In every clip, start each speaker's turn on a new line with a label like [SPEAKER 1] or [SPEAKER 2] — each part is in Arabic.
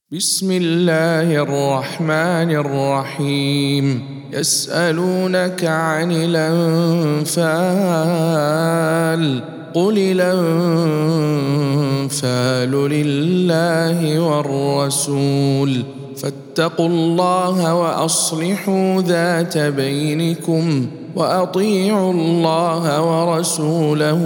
[SPEAKER 1] بسم الله الرحمن الرحيم. يسألونك عن الأنفال قل الأنفال لله والرسول فاتقوا الله وأصلحوا ذات بينكم وأطيعوا الله ورسوله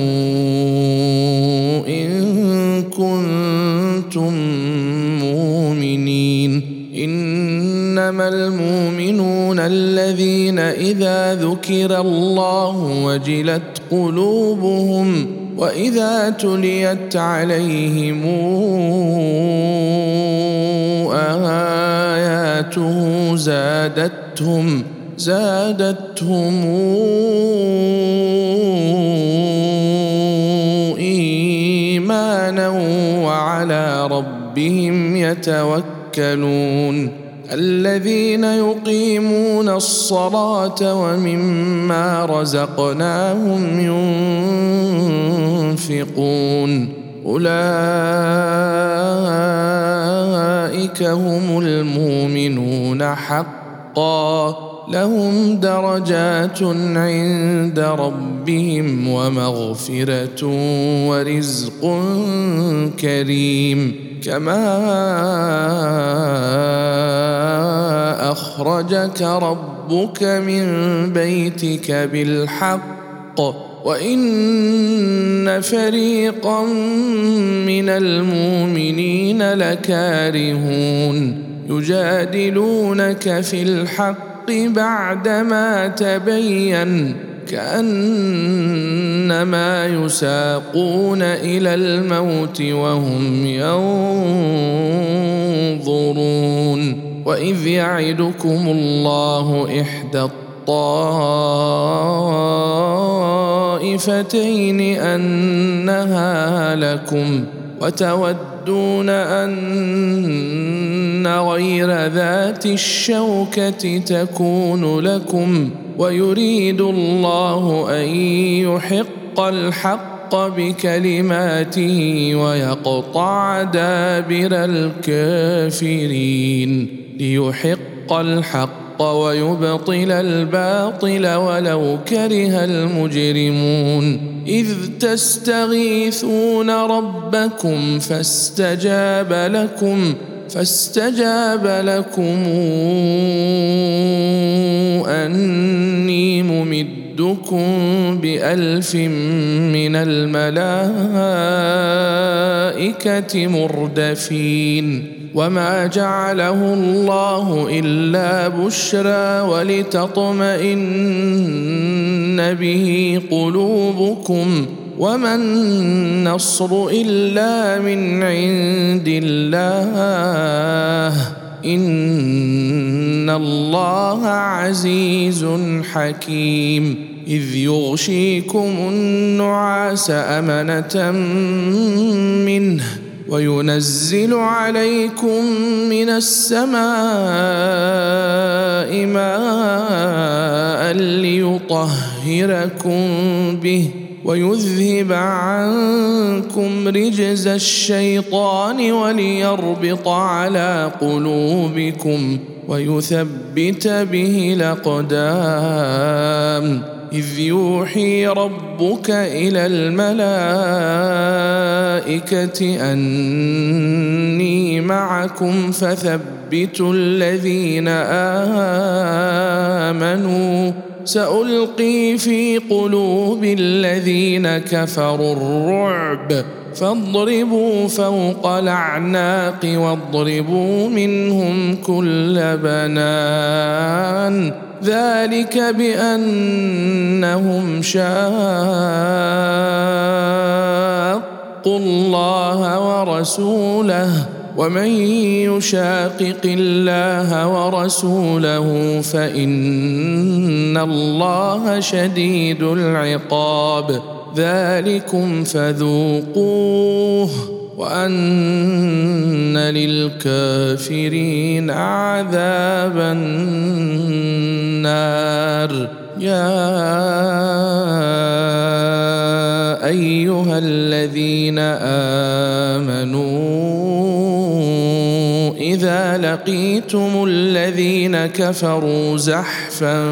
[SPEAKER 1] إن كنتم مؤمنين. إنما المؤمنون الذين إذا ذكر الله وجلت قلوبهم وإذا تليت عليهم آياته زادتهم إيمانا وعلى ربهم يتوكلون. الذين يقيمون الصلاة ومما رزقناهم ينفقون أولئك هم المؤمنون حقا لهم درجات عند ربهم ومغفرة ورزق كريم. كما أخرجك ربك من بيتك بالحق وإن فريقا من المؤمنين لكارهون يجادلونك في الحق بعدما تبين كأنما يساقون إلى الموت وهم ينظرون. وإذ يعدكم الله إحدى الطائفتين أنها لكم وتودون أن غير ذات الشوكة تكون لكم ويريد الله أن يحق الحق بكلماته ويقطع دابر الكافرين ليحق الحق ويبطل الباطل ولو كره المجرمون. إذ تستغيثون ربكم فاستجاب لكم أني ممدكم ب1000 من الملائكة مردفين. وما جعله الله إلا بشرى ولتطمئن به قلوبكم وما النصر إلا من عند الله إن الله عزيز حكيم. إذ يغشيكم النعاس أمنة منه وينزل عليكم من السماء ماء ليطهركم به ويذهب عنكم رجز الشيطان وليربط على قلوبكم ويثبت به الأقدام. إذ يوحي ربك إلى الملائكة أني معكم فثبتوا الذين آمنوا سألقي في قلوب الذين كفروا الرعب فاضربوا فوق الأعناق واضربوا منهم كل بنان. ذلك بأنهم شاقوا الله ورسوله ومن يشاقق الله ورسوله فإن الله شديد العقاب. ذلكم فذوقوه وأن للكافرين عذاب النار. يا أيها الذين آمنوا إذا لقيتم الذين كفروا زحفا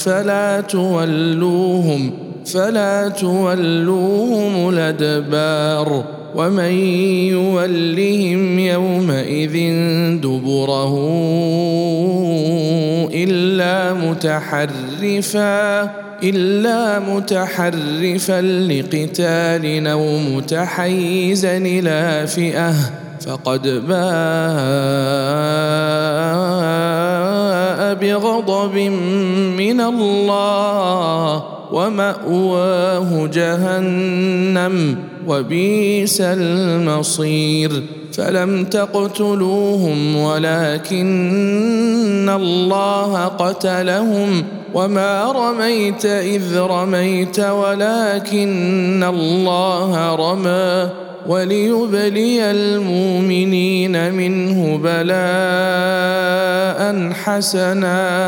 [SPEAKER 1] فلا تولوهم الأدبار ومن يولهم يومئذ دبره إلا متحرفا لقتال أو متحيزا إلى فئة فقد باء بغضب من الله ومأواه جهنم وبئس المصير فلم تقتلوهم ولكن الله قتلهم وما رميت إذ رميت ولكن الله رمى وليبلي المؤمنين منه بلاء حسنا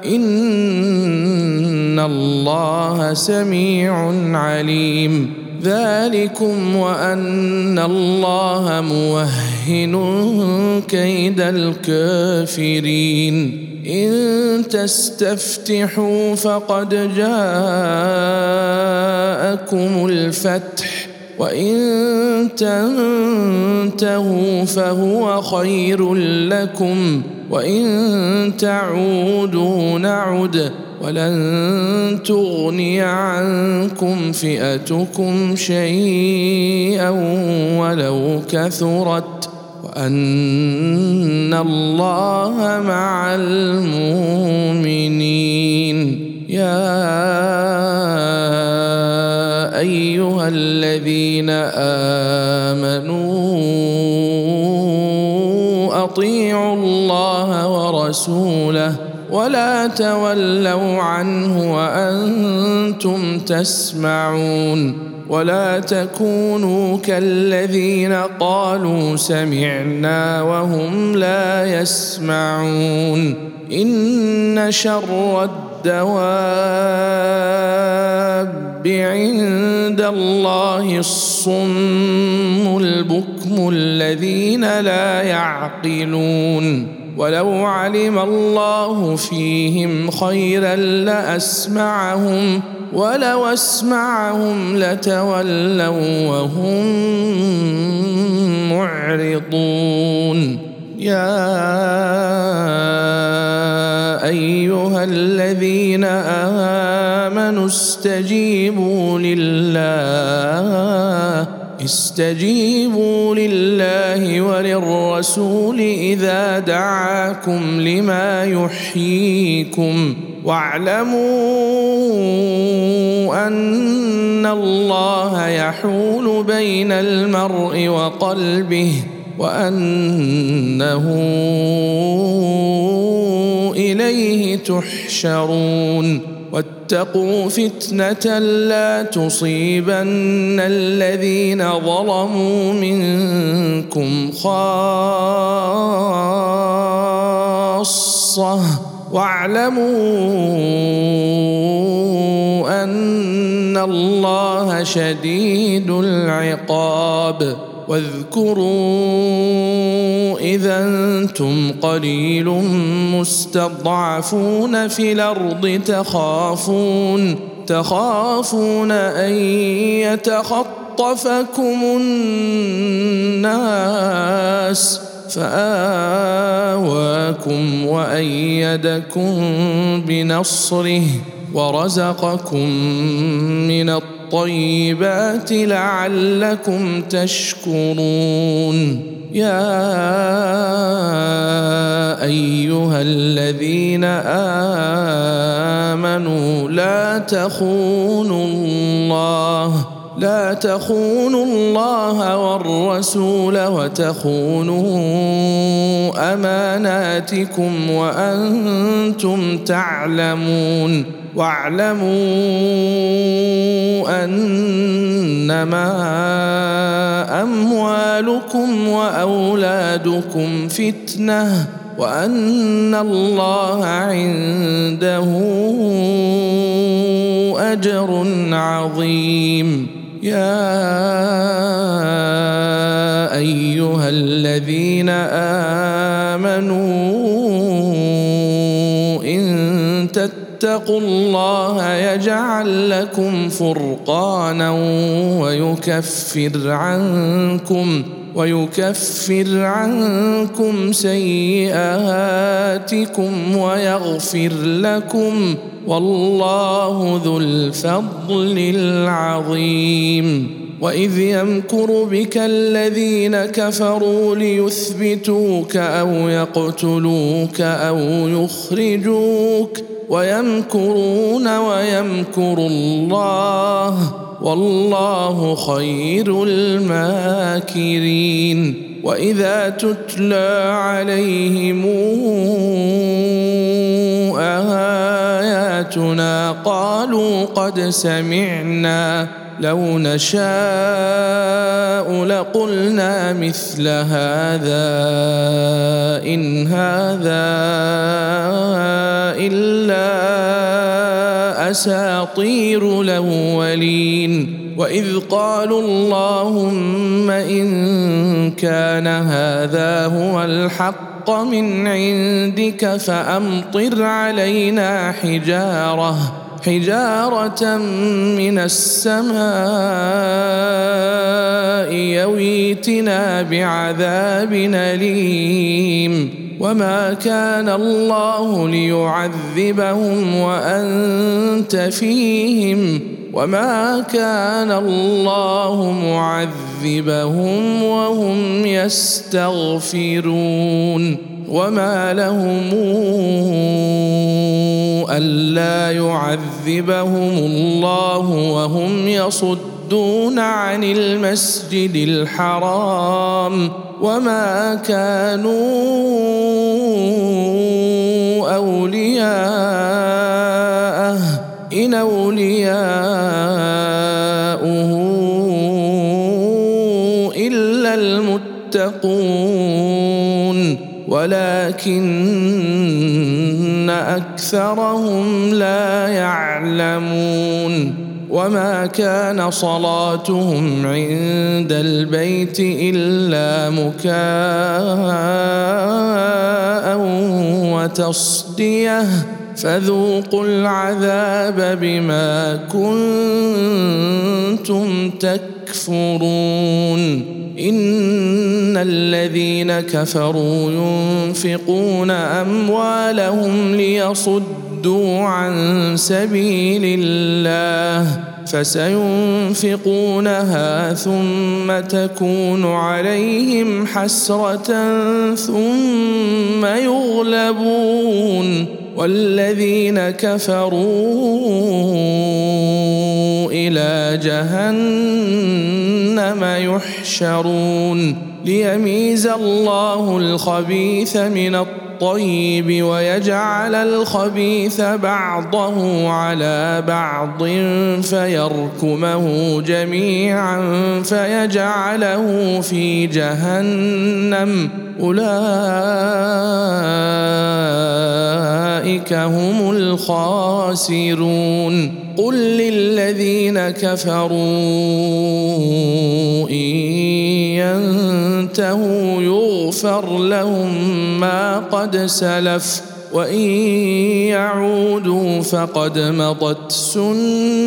[SPEAKER 1] إن الله سميع عليم ذلكم وأن الله موهن كيد الكافرين إن تستفتحوا فقد جاءكم الفتح وإن تنتهوا فهو خير لكم وإن تعودوا نعد ولن تغني عنكم فئتكم شيئا ولو كثرت وأن الله مع المؤمنين يا أيها الذين آمنوا أطيعوا الله ورسوله ولا تولوا عنه وأنتم تسمعون ولا تكونوا كالذين قالوا سمعنا وهم لا يسمعون إن شر الدواب عند الله الصم البكم الذين لا يعقلون ولو علم الله فيهم خيرا لأسمعهم ولو أسمعهم لتولوا وهم معرضون يا أيها الذين آمنوا استجيبوا لله وللرسول إذا دعاكم لما يحييكم واعلموا أن الله يحول بين المرء وقلبه وأنه إليه تحشرون واتقوا فتنة لا تصيبن الذين ظلموا منكم خاصة واعلموا أن الله شديد العقاب واذكروا إذا أنتم قليل مستضعفون في الأرض تخافون أن يتخطفكم الناس فآواكم وأيدكم بنصره ورزقكم من الطيبات لعلكم تشكرون يا أيها الذين آمنوا لا تخونوا الله والرسول وتخونوا أماناتكم وأنتم تعلمون واعلموا أنما أموالكم وأولادكم فتنة وأن الله عنده أجر عظيم يا أيها الذين آمنوا إن تتقوا الله يجعل لكم فرقانا ويكفر عنكم سيئاتكم ويغفر لكم، والله ذو الفضل العظيم. وإذ يمكر بك الذين كفروا ليثبتوك أو يقتلوك أو يخرجوك ويمكرون ويمكر الله، والله خير الماكرين. وإذا تتلى عليهم آياتنا قالوا قد سمعنا لو نشاء لقلنا مثل هذا إن هذا إلا أساطير الأولين. وإذ قالوا اللهم إن كان هذا هو الحق من عندك فأمطر علينا حجارة من السماء يويتنا بعذاب أليم. وما كان الله ليعذبهم وأنت فيهم وما كان الله معذبهم وهم يستغفرون. وما لهم ألا يعذبهم الله وهم يصدون عن المسجد الحرام وما كانوا أولياءه إن أولياؤه إلا المتقون ولكن أكثرهم لا يعلمون. وما كان صلاتهم عند البيت إلا مكاء وتصدية فذوقوا العذاب بما كنتم تكفرون. إن الذين كفروا ينفقون أموالهم ليصدوا عن سبيل الله فسينفقونها ثم تكون عليهم حسرة ثم يغلبون والذين كفروا إلى جهنم يحشرون ليميز الله الخبيث من الطيب ويجعل الخبيث بعضه على بعض فيركمه جميعا فيجعله في جهنم أولئك هم الخاسرون. قل للذين كفروا إن ينتهوا يغفر لهم ما قد سلف وإن يعودوا فقد مضت سنة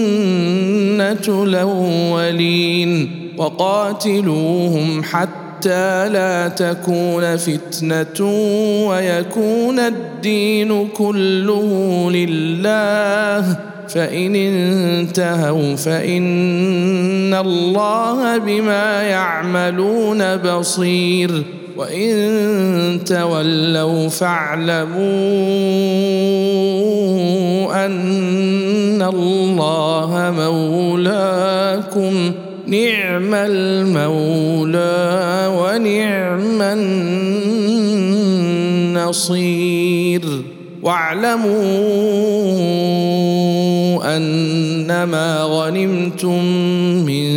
[SPEAKER 1] الأولين وقاتلوهم حتى لا تكون فتنة ويكون الدين كله لله فإن انتهوا فإن الله بما يعملون بصير وإن تولوا فاعلموا أن الله مولاكم نعم المولى ونعم النصير. واعلموا أنما غنمتم من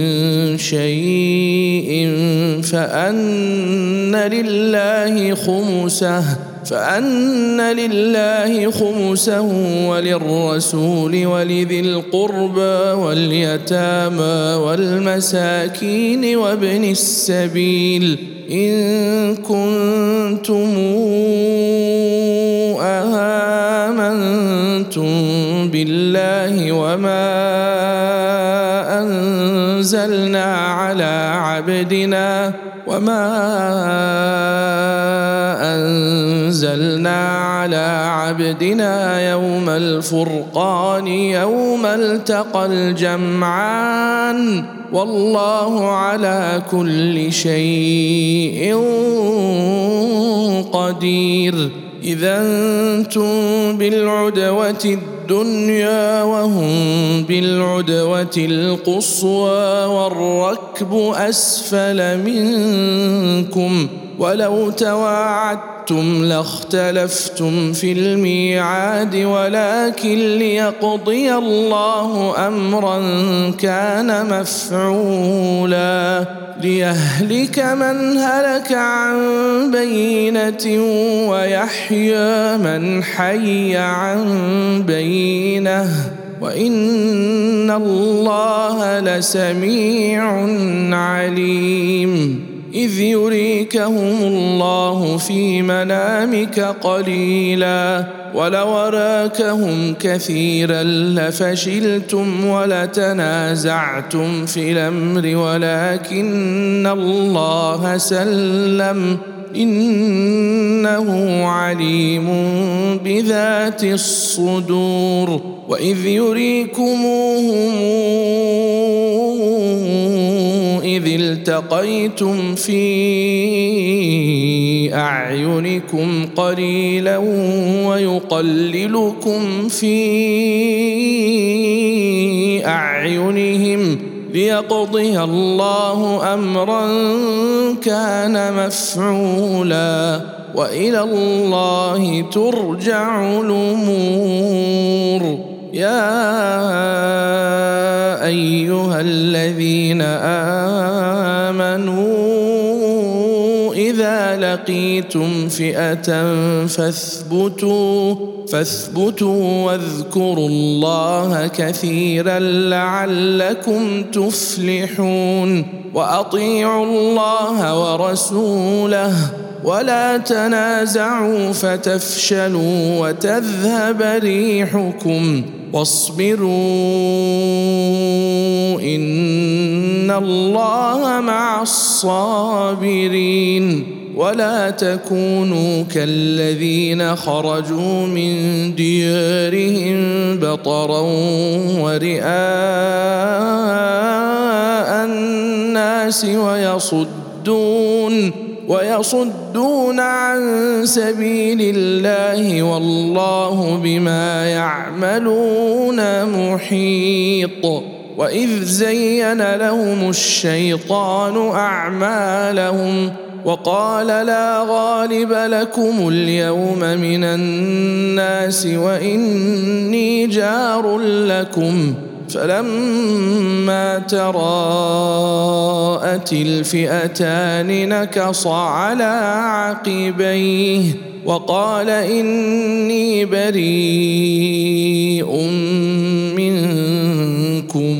[SPEAKER 1] شيء فأن لله خمسه فأن لله خمسه وللرسول ولذي القربى واليتامى والمساكين وابن السبيل إن كنتم آمنتم بالله وما أنزلنا على عبدنا يوم الفرقان يوم التقى الجمعان والله على كل شيء قدير. إذا أنتم بالعدوة الدنيا وهم بالعدوة القصوى والركب أسفل منكم ولو تواعدتم لاختلفتم في الميعاد ولكن ليقضي الله أمرا كان مفعولا ليهلك من هلك عن بينة ويحيى من حي عن بينة وإن الله لسميع عليم. إذ يريكهم الله في منامك قليلا ولو أراكهم كثيرا لفشلتم ولتنازعتم في الأمر ولكن الله سلم إنه عليم بذات الصدور. وإذ يريكموهم إذ التقيتم في أعينكم قليلا ويقللكم في أعينهم ليقضي الله أمرا كان مفعولا وإلى الله ترجع الأمور. يا أيها الذين آمنوا إذا لقيتم فئة فاثبتوا واذكروا الله كثيرا لعلكم تفلحون. وأطيعوا الله ورسوله ولا تنازعوا فتفشلوا وتذهب ريحكم واصبروا إن الله مع الصابرين. ولا تكونوا كالذين خرجوا من ديارهم بطرا ورئاء الناس ويصدون عن سبيل الله والله بما يعملون محيط. وإذ زين لهم الشيطان أعمالهم وقال لا غالب لكم اليوم من الناس وإني جار لكم فلما تراءت الفئتان نكص على عقبيه وقال إني بريء منكم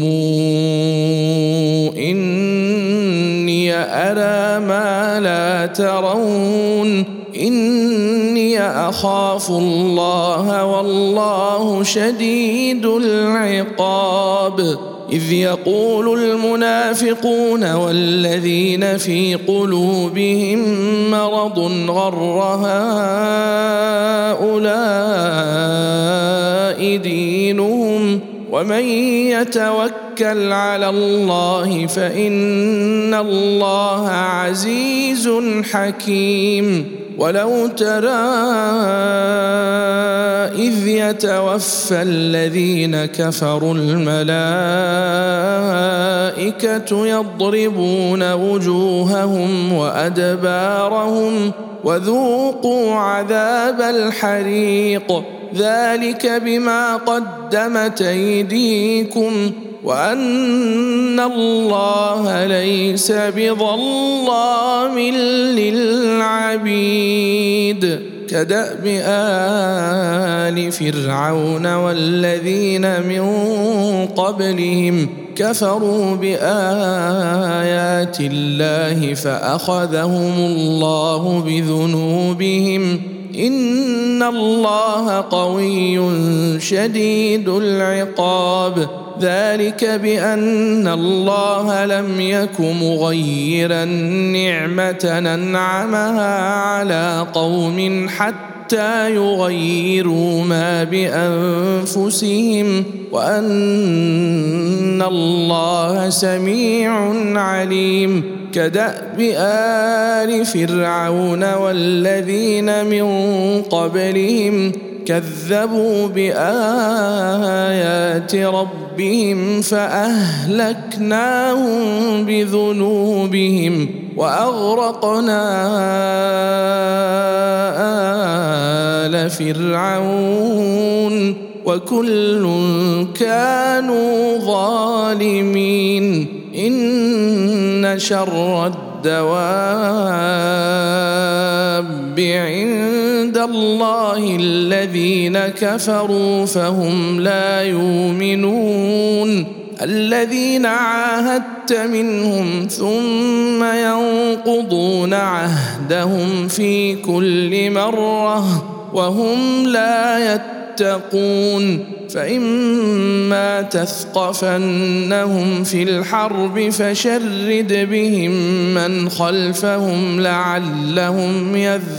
[SPEAKER 1] إني أرى ما لا ترون إني أخاف الله والله شديد العقاب. إذ يقول المنافقون والذين في قلوبهم مرض غر هؤلاء دينهم ومن يتوكل على الله فإن الله عزيز حكيم. ولو ترى إذ يتوفى الذين كفروا الملائكة يضربون وجوههم وأدبارهم وذوقوا عذاب الحريق. ذلك بما قدمت أيديكم وأن الله ليس بظلام للعبيد. كدأب آل فرعون والذين من قبلهم كفروا بآيات الله فأخذهم الله بذنوبهم إن الله قوي شديد العقاب. ذلك بأن الله لم يك مغيرا نعمة أنعمها على قوم حتى يغيروا ما بأنفسهم وأن الله سميع عليم. كدأب آل فرعون والذين من قبلهم كذبوا بآيات ربهم فأهلكناهم بذنوبهم وأغرقنا آل فرعون وكل كانوا ظالمين. إن شر الدواب عند الله الذين كفروا فهم لا يؤمنون. الذين عاهدت منهم ثم ينقضون عهدهم في كل مرة وهم لا يتقون. فإما تثقفنهم في الحرب فشرد بهم من خلفهم لعلهم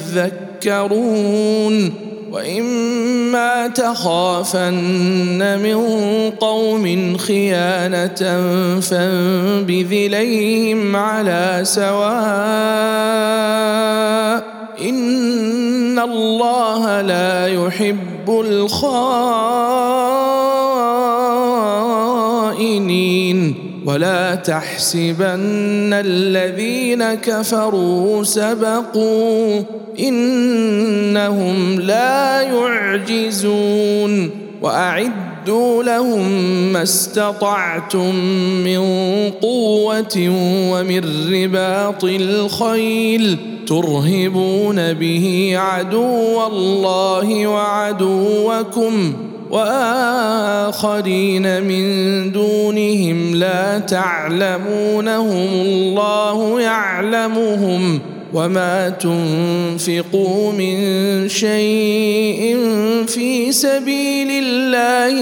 [SPEAKER 1] يذكرون. وإما تخافن من قوم خيانة فانبذ إليهم على سواء إن الله لا يحب الخائنين. ولا تحسبن الذين كفروا سبقوا إنهم لا يعجزون. وأعدوا لهم ما استطعتم من قوة ومن رباط الخيل ترهبون به عدو الله وعدوكم وآخرين من دونهم لا تعلمونهم الله يعلمهم. وما تنفقوا من شيء في سبيل الله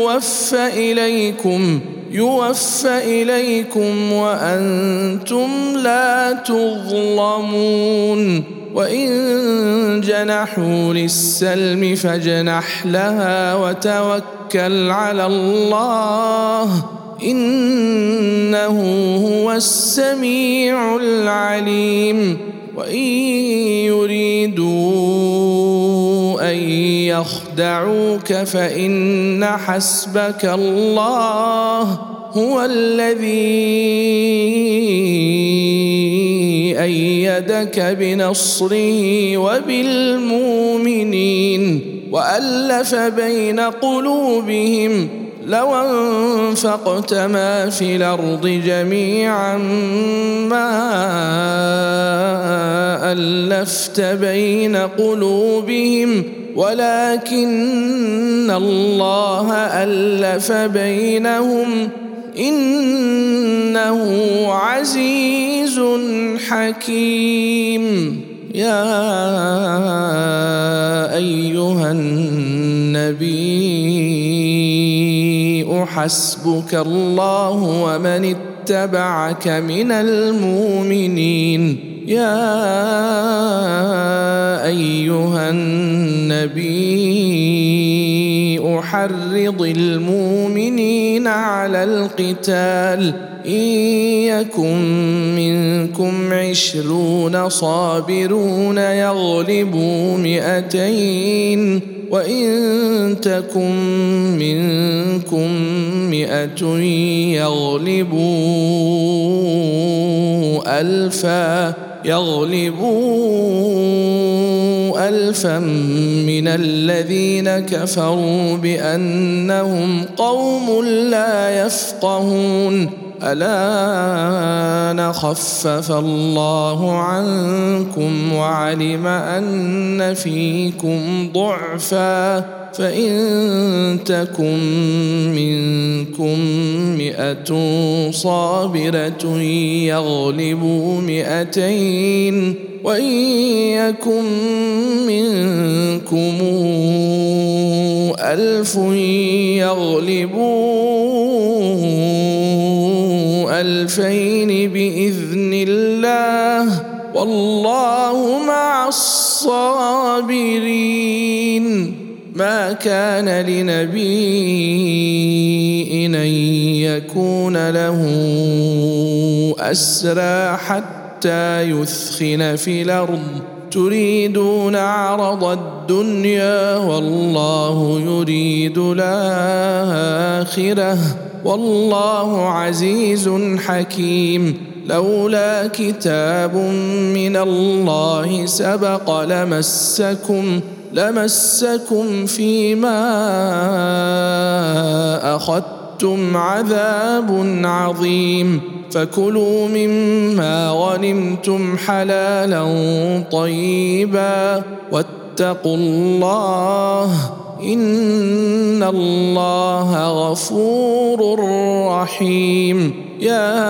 [SPEAKER 1] يوفى إليكم وأنتم لا تظلمون. وإن جنحوا للسلم فاجنح لها وتوكل على الله إنه هو السميع العليم. وإن يريدوا أن يخدعوك فإن حسبك الله هو الذي أيدك بنصره وبالمؤمنين وألف بين قلوبهم لو أنفقت ما في الأرض جميعا ما ألفت بين قلوبهم ولكن الله ألف بينهم إنه عزيز حكيم. يا أيها النبي حسبك الله ومن اتبعك من المؤمنين. يا أيها النبي حرض المؤمنين على القتال إن يكن منكم 20 صابرون يغلبوا 200 وإن تكن منكم 100 يغلبوا ألفا من الذين كفروا بأنهم قوم لا يفقهون الآن خفف الله عنكم وعلم أن فيكم ضعفا فإن تكن منكم 100 صابرة يغلبوا 200 وإن يكن منكم 1000 يغلبوا 2000 بإذن الله والله مع الصابرين. ما كان لنبي أن يكون له أسرى حتى يثخن في الأرض تريدون عرض الدنيا والله يريد الآخرة والله عزيز حكيم. لولا كتاب من الله سبق لمسكم فيما أخذتم عذاب عظيم فكلوا مما غنمتم حلالا طيبا واتقوا الله إن الله غفور رحيم. يا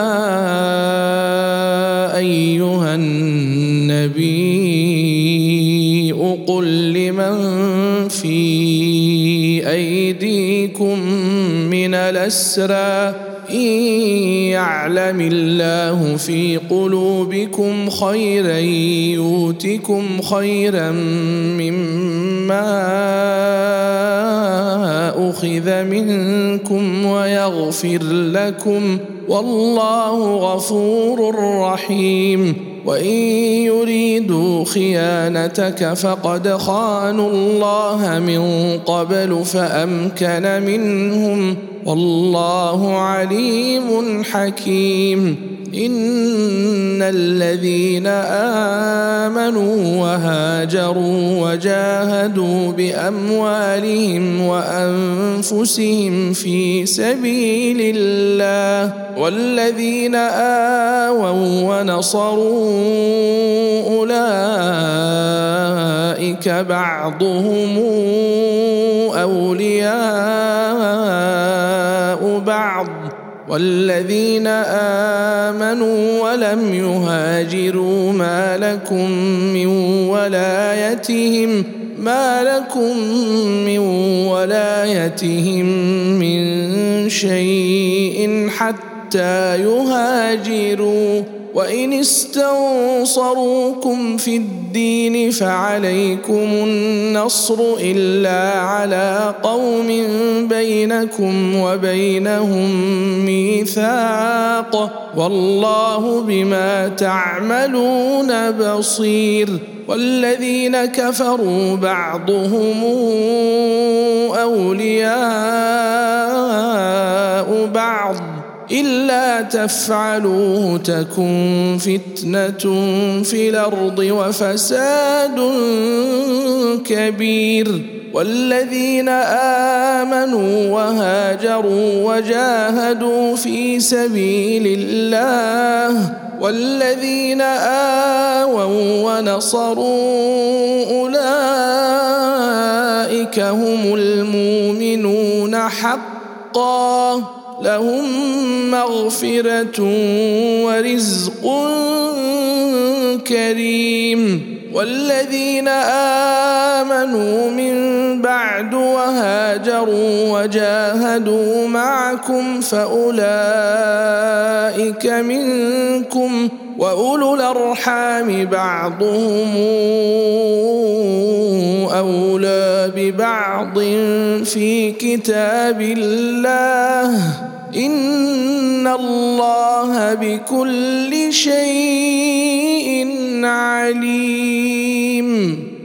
[SPEAKER 1] أيها النبي قل لمن في أيديكم من الأسرى إن يعلم الله في قلوبكم خيرا يؤتكم خيرا مما أخذ منكم ويغفر لكم والله غفور رحيم. وإن يريدوا خيانتك فقد خانوا الله من قبل فأمكن منهم والله عليم حكيم. إن الذين آمنوا وهاجروا وجاهدوا بأموالهم وأنفسهم في سبيل الله والذين آووا ونصروا أولئك بعضهم أولياء بعض والذين آمنوا ولم يهاجروا ما لكم من ولايتهم من شيء حتى يهاجروا. وإن استنصروكم في الدين فعليكم النصر إلا على قوم بينكم وبينهم ميثاق والله بما تعملون بصير. والذين كفروا بعضهم أولياء بعض إلا تفعلوه تكن فتنة في الأرض وفساد كبير. والذين آمنوا وهاجروا وجاهدوا في سبيل الله والذين آووا ونصروا أولئك هم المؤمنون حقا لهم مغفرة ورزق كريم. والذين آمنوا من بعد وهاجروا وجاهدوا معكم فأولئك منكم وأولو الأرحام بعضهم أولى ببعض في كتاب الله إن الله بكل شيء عليم.